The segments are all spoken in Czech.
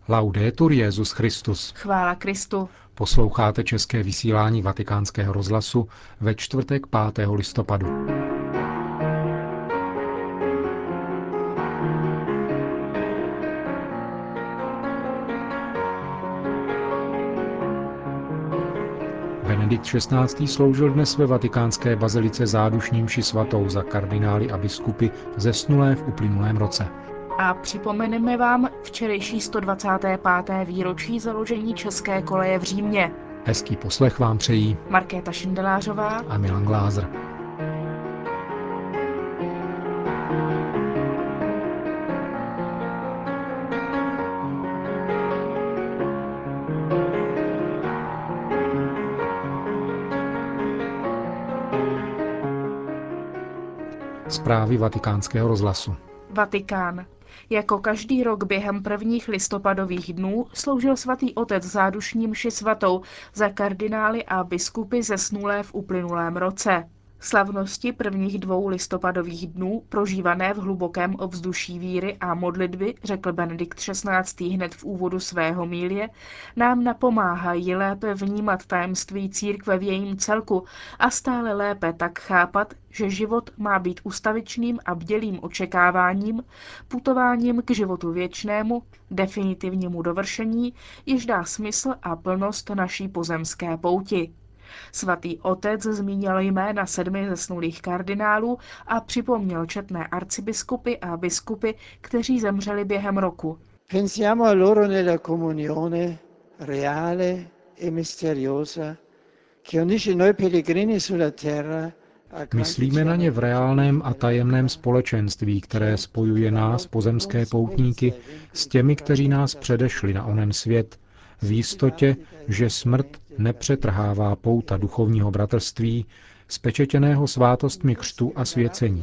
Laudetur Jesus Christus. Chvála Kristu. Posloucháte české vysílání Vatikánského rozhlasu ve čtvrtek 5. listopadu. Benedikt XVI. Sloužil dnes ve vatikánské bazilice zádušní mši svatou za kardinály a biskupy zesnulé v uplynulém roce. A připomeneme vám včerejší 125. výročí založení České koleje v Římě. Hezký poslech vám přejí Markéta Šindelářová a Milan Glázer. Zprávy vatikánského rozhlasu. Vatikán. Jako každý rok během prvních listopadových dnů sloužil svatý otec zádušní mši svatou za kardinály a biskupy zesnulé v uplynulém roce. Slavnosti prvních 2 listopadových dnů, prožívané v hlubokém ovzduší víry a modlitby, řekl Benedikt XVI. Hned v úvodu své homilie, nám napomáhají lépe vnímat tajemství církve v jejím celku a stále lépe tak chápat, že život má být ustavičným a bdělým očekáváním, putováním k životu věčnému, definitivnímu dovršení, jež dá smysl a plnost naší pozemské pouti. Svatý otec zmínil jména 7 zesnulých kardinálů a připomněl četné arcibiskupy a biskupy, kteří zemřeli během roku. Pensiamo a loro nella comunione reale e misteriosa che unisce noi pellegrini sulla terra. Myslíme na ně v reálném a tajemném společenství, které spojuje nás, pozemské poutníky, s těmi, kteří nás předešli na onen svět, v jistotě, že smrt nepřetrhává pouta duchovního bratrství, spečetěného svátostmi křtu a svěcení.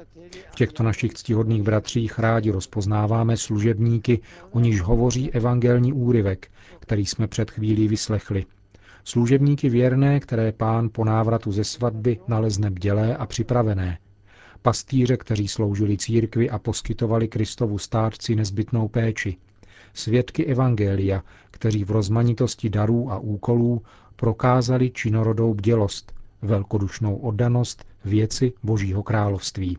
V těchto našich ctihodných bratřích rádi rozpoznáváme služebníky, o nichž hovoří evangelní úryvek, který jsme před chvílí vyslechli. Služebníky věrné, které Pán po návratu ze svatby nalezne bdělé a připravené. Pastýře, kteří sloužili církvi a poskytovali Kristovu stárci nezbytnou péči. Svědky evangelia, kteří v rozmanitosti darů a úkolů prokázali činorodou bdělost, velkodušnou oddanost věci Božího království.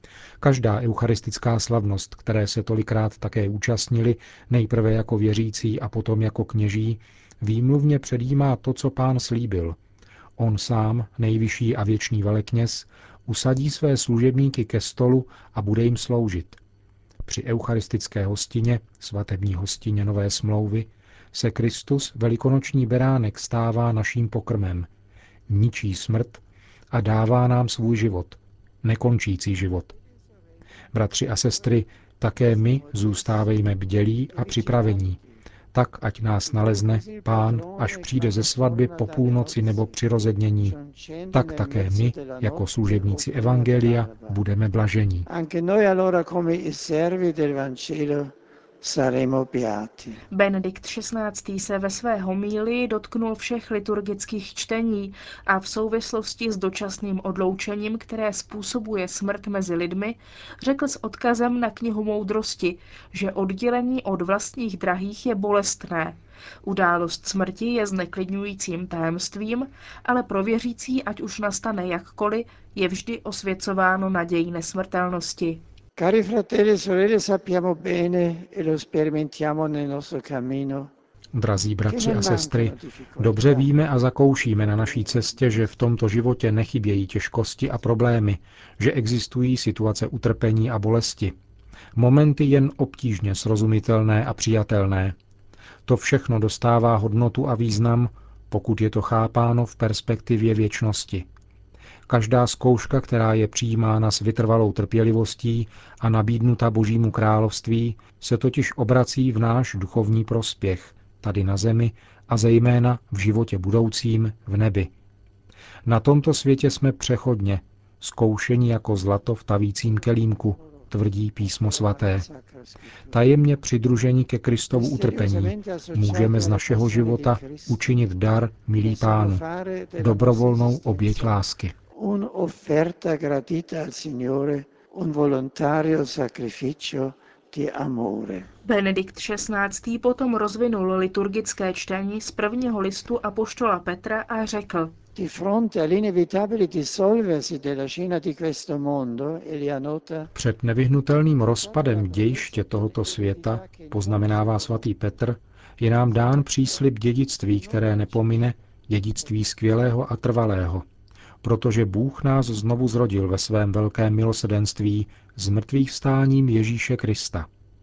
Každá eucharistická slavnost, které se tolikrát také účastnili, nejprve jako věřící a potom jako kněží, výmluvně předjímá to, co Pán slíbil. On sám, nejvyšší a věčný velekněz, usadí své služebníky ke stolu a bude jim sloužit. Při eucharistické hostině, svatební hostině Nové smlouvy, se Kristus, velikonoční beránek, stává naším pokrmem, ničí smrt a dává nám svůj život, nekončící život. Bratři a sestry, také my zůstávejme bdělí a připravení, tak ať nás nalezne Pán, až přijde ze svatby po půlnoci nebo při rozednění. Tak také my, jako služebníci evangelia, budeme blažení. Benedikt XVI. Se ve své homílii dotknul všech liturgických čtení a v souvislosti s dočasným odloučením, které způsobuje smrt mezi lidmi, řekl s odkazem na knihu Moudrosti, že oddělení od vlastních drahých je bolestné. Událost smrti je zneklidňujícím tajemstvím, ale pro věřící, ať už nastane jakkoliv, je vždy osvěcováno nadějí nesmrtelnosti. Cari fratelli e sorelle, sappiamo bene e lo sperimentiamo nel nostro cammino. Drazí bratři a sestry, dobře víme a zakoušíme na naší cestě, že v tomto životě nechybějí těžkosti a problémy, že existují situace utrpení a bolesti. Momenty jen obtížně srozumitelné a přijatelné. To všechno dostává hodnotu a význam, pokud je to chápáno v perspektivě věčnosti. Každá zkouška, která je přijímána s vytrvalou trpělivostí a nabídnuta Božímu království, se totiž obrací v náš duchovní prospěch, tady na zemi a zejména v životě budoucím v nebi. Na tomto světě jsme přechodně, zkoušeni jako zlato v tavícím kelímku, tvrdí Písmo svaté. Tajemně přidružení ke Kristovu utrpení můžeme z našeho života učinit dar, milý Pánu, dobrovolnou oběť lásky. Un'offerta gradita al Signore, un volontario sacrificio di amore. Benedikt XVI. Potom rozvinul liturgické čtení z prvního listu apoštola Petra a řekl: Di fronte all'inevitabile dissolversi della scena di questo mondo, Eleanota, Před nevyhnutelným rozpadem dějiště tohoto světa, poznamenává svatý Petr, je nám dán příslib dědictví, které nepomine, dědictví skvělého a trvalého. Protože Bůh nás znovu zrodil ve svém velkém milosrdenství s mrtvých vstáním Ježíše Krista.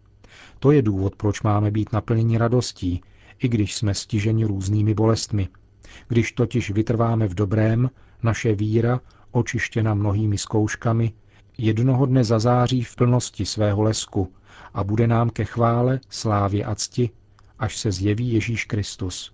To je důvod, proč máme být naplněni radostí, i když jsme stiženi různými bolestmi. Když totiž vytrváme v dobrém, naše víra, očištěna mnohými zkouškami, jednoho dne zazáří v plnosti svého lesku a bude nám ke chvále, slávě a cti, až se zjeví Ježíš Kristus.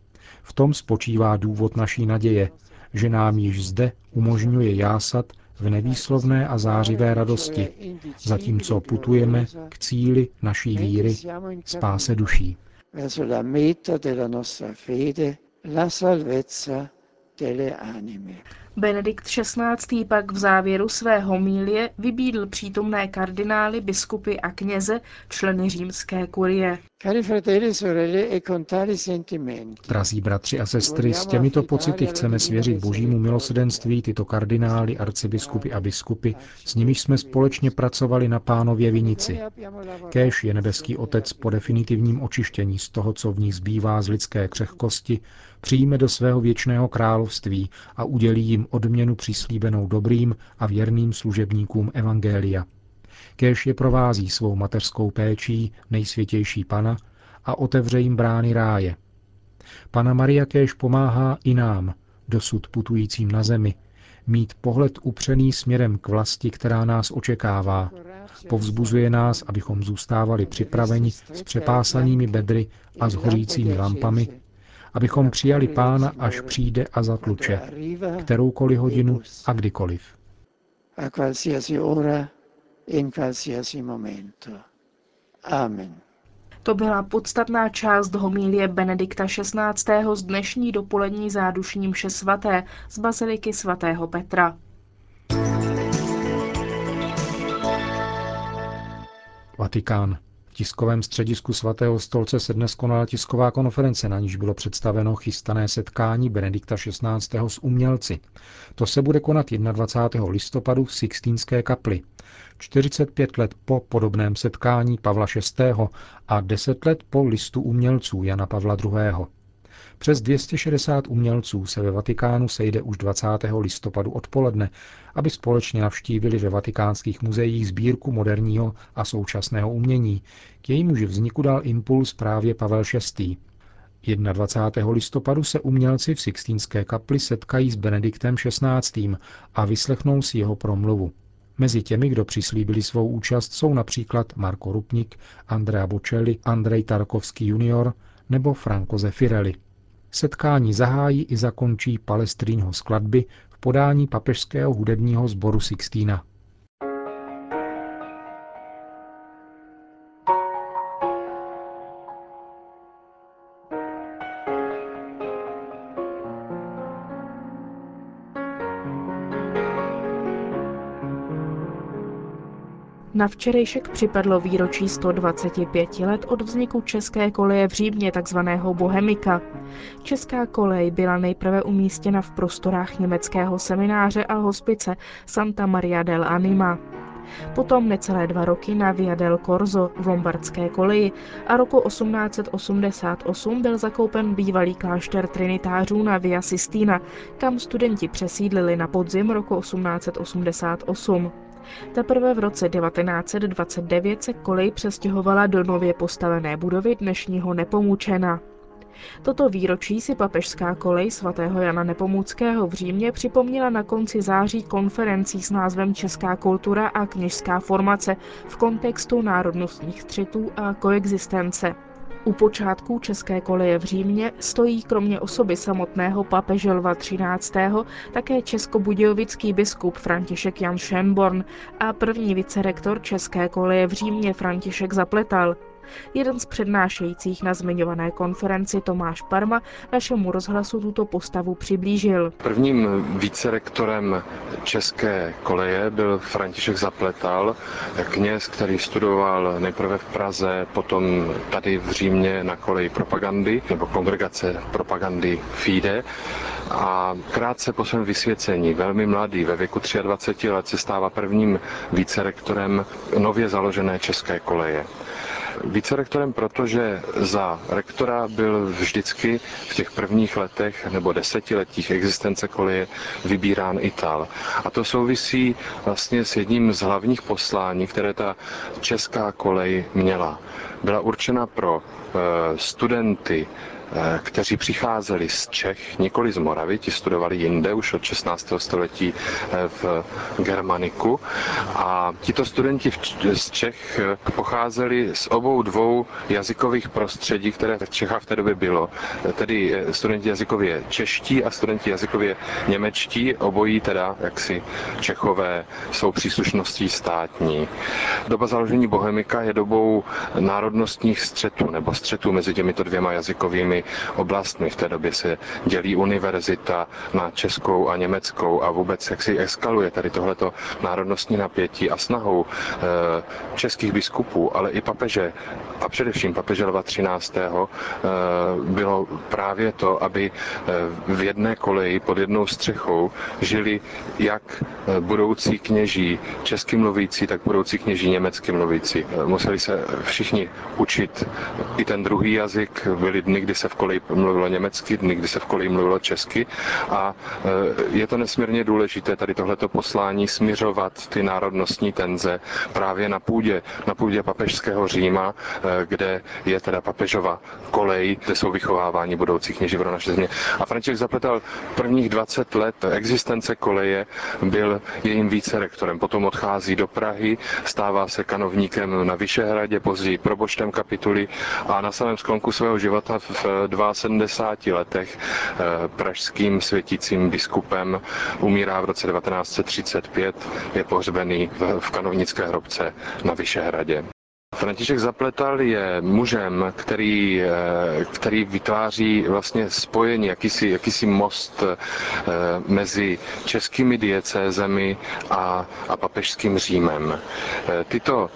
V tom spočívá důvod naší naděje, že nám již zde umožňuje jásat v nevýslovné a zářivé radosti, zatímco putujeme k cíli naší víry, spáse duší. verso la meta della nostra fede, la salvezza delle anime. Benedikt XVI. Pak v závěru své homilie vybídl přítomné kardinály, biskupy a kněze, členy římské kurie. Cari fratelli e sorelle, e con tali sentimenti, Drazí bratři a sestry, s těmito pocity chceme svěřit božímu milosrdenství tyto kardinály, arcibiskupy a biskupy, s nimiž jsme společně pracovali na Pánově vinici. Kéž je nebeský Otec po definitivním očištění z toho, co v nich zbývá z lidské křehkosti, přijme do svého věčného království a udělí jim odměnu přislíbenou dobrým a věrným služebníkům evangelia. Kéž je provází svou mateřskou péčí nejsvětější Pana a otevře jim brány ráje. Panna Maria kéž pomáhá i nám, dosud putujícím na zemi, mít pohled upřený směrem k vlasti, která nás očekává. Povzbuzuje nás, abychom zůstávali připraveni s přepásanými bedry a s hořícími lampami, abychom přijali Pána, až přijde a zatluče, kteroukoliv hodinu a kdykoliv. a qualsiasi ora, in qualsiasi momento. Amen. To byla podstatná část homilie Benedikta XVI. Z dnešní dopolední zádušní mše svaté z baziliky svatého Petra. Vatikán. V tiskovém středisku svatého stolce se dnes konala tisková konference, na níž bylo představeno chystané setkání Benedikta XVI. S umělci. To se bude konat 21. listopadu v Sixtínské kapli. 45 let po podobném setkání Pavla VI. A 10 let po listu umělců Jana Pavla II. Přes 260 umělců se ve Vatikánu sejde už 20. listopadu odpoledne, aby společně navštívili ve vatikánských muzeích sbírku moderního a současného umění. K jejímuž vzniku dal impuls právě Pavel VI. 21. listopadu se umělci v Sixtínské kapli setkají s Benediktem XVI. A vyslechnou si jeho promluvu. Mezi těmi, kdo přislíbili svou účast, jsou například Marco Rupnik, Andrea Bocelli, Andrej Tarkovský junior nebo Franco Zeffirelli. Setkání zahájí i zakončí Palestrínho skladby v podání papežského hudebního sboru Sixtina. Na včerejšek připadlo výročí 125 let od vzniku české koleje v Římě, takzvaného Bohemika. Česká kolej byla nejprve umístěna v prostorách německého semináře a hospice Santa Maria dell'Anima. Potom necelé 2 roky na Via del Corso v lombardské koleji a roku 1888 byl zakoupen bývalý klášter trinitářů na Via Sistina, kam studenti přesídlili na podzim roku 1888. Teprve v roce 1929 se kolej přestěhovala do nově postavené budovy dnešního Nepomučena. Toto výročí si papežská kolej svatého Jana Nepomuckého v Římě připomněla na konci září konferencí s názvem Česká kultura a kněžská formace v kontextu národnostních střetů a koexistence. U počátků české koleje v Římě stojí kromě osoby samotného papeže Lva XIII. Také českobudějovický biskup František Jan Schönborn a první vicerektor české koleje v Římě František Zapletal. Jeden z přednášejících na zmiňované konferenci, Tomáš Parma, našemu rozhlasu tuto postavu přiblížil. Prvním vícerektorem České koleje byl František Zapletal, kněz, který studoval nejprve v Praze, potom tady v Římě na koleji propagandy, nebo kongregace propagandy FIDE. A krátce po svém vysvěcení, velmi mladý, ve věku 23 let, se stává prvním vícerektorem nově založené České koleje. Vícerektorem, protože za rektora byl vždycky v těch prvních letech nebo desetiletích existence koleje vybírán Ital. A to souvisí vlastně s jedním z hlavních poslání, které ta česká kolej měla. Byla určena pro studenty, kteří přicházeli z Čech, nikoli z Moravy, ti studovali jinde, už od 16. století v Germaniku. A tito studenti z Čech pocházeli z obou dvou jazykových prostředí, které v Čechách v té době bylo. Tedy studenti jazykově čeští a studenti jazykově němečtí, obojí teda jaksi Čechové jsou příslušností státní. Doba založení Bohemika je dobou národnostních střetů nebo střetů mezi těmito dvěma jazykovými oblastmi. V té době se dělí univerzita na českou a německou a vůbec jak si eskaluje tady tohleto národnostní napětí a snahou českých biskupů, ale i papeže a především papeže Lva XIII. Bylo právě to, aby v jedné koleji pod jednou střechou žili jak budoucí kněží česky mluvící, tak budoucí kněží německy mluvící. Museli se všichni učit i ten druhý jazyk, byly dny, kdy se v koleji mluvilo německy, dny, kdy se v koleji mluvilo česky a je to nesmírně důležité tady tohleto poslání smiřovat ty národnostní tenze právě na půdě papežského Říma, kde je teda papežova kolej, kde jsou vychováváni budoucí kněži pro naše země. A František Zapletal prvních 20 let existence koleje byl jejím vícerektorem. Potom odchází do Prahy, stává se kanovníkem na Vyšehradě, později proboštem kapituly a na samém sklonku svého života v 72 letech pražským světícím biskupem umírá v roce 1935, je pohřbený v kanovnické hrobce na Vyšehradě. František Zapletal je mužem, který vytváří vlastně spojení, jakýsi most mezi českými diecézemi a papežským Římem. Tyto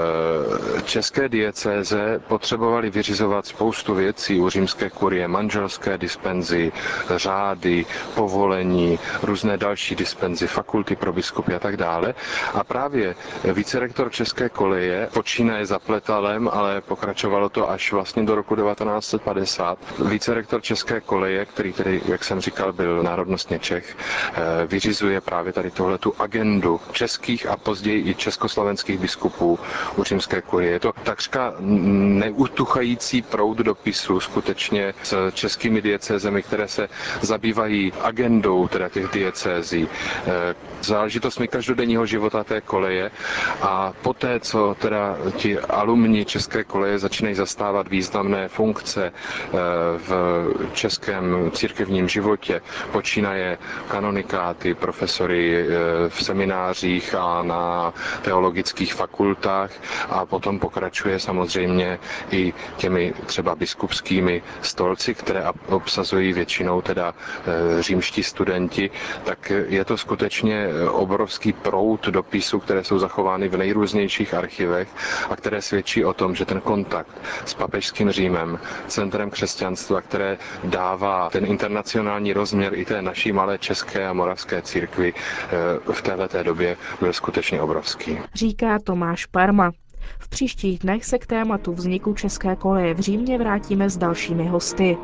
české diecéze potřebovaly vyřizovat spoustu věcí u římské kurie, manželské dispenzy, řády, povolení, různé další dispenzy, fakulty pro biskupy a tak dále. A právě vícerektor České koleje počínaje Zapletalem, ale pokračovalo to až vlastně do roku 1950. Vícerektor České koleje, který tedy, jak jsem říkal, byl národnostně Čech, vyřizuje právě tady tuhletu agendu českých a později i československých biskupů u římské kurie. Je to takřka neutuchající proud dopisů skutečně s českými diecézemi, které se zabývají agendou teda těch diecézí, záležitostmi každodenního života té koleje a poté, co teda ti alumni České koleje začínají zastávat významné funkce v českém církevním životě, počínaje kanonikáty, profesory v seminářích a na teologických fakultách a potom pokračuje samozřejmě i těmi třeba biskupskými stolci, které obsazují většinou teda římští studenti, tak je to skutečně obrovský proud dopisů, které jsou zachovány v nejrůznějších archivech a které svědčí o tom, že ten kontakt s papežským Římem, centrem křesťanstva, které dává ten internacionální rozměr i té naší malé české a moravské církvi v téhleté době byl skutečně obrovský. Říká Tomáš Parma. V příštích dnech se k tématu vzniku České koleje v Římě vrátíme s dalšími hosty.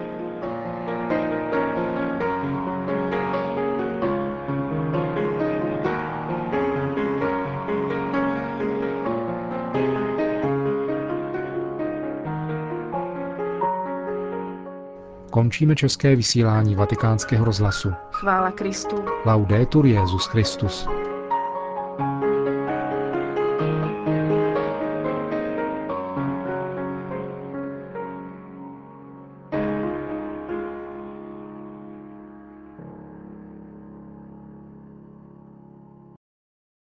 Končíme české vysílání Vatikánského rozhlasu. Chvála Kristu. Laudetur Jesus Christus.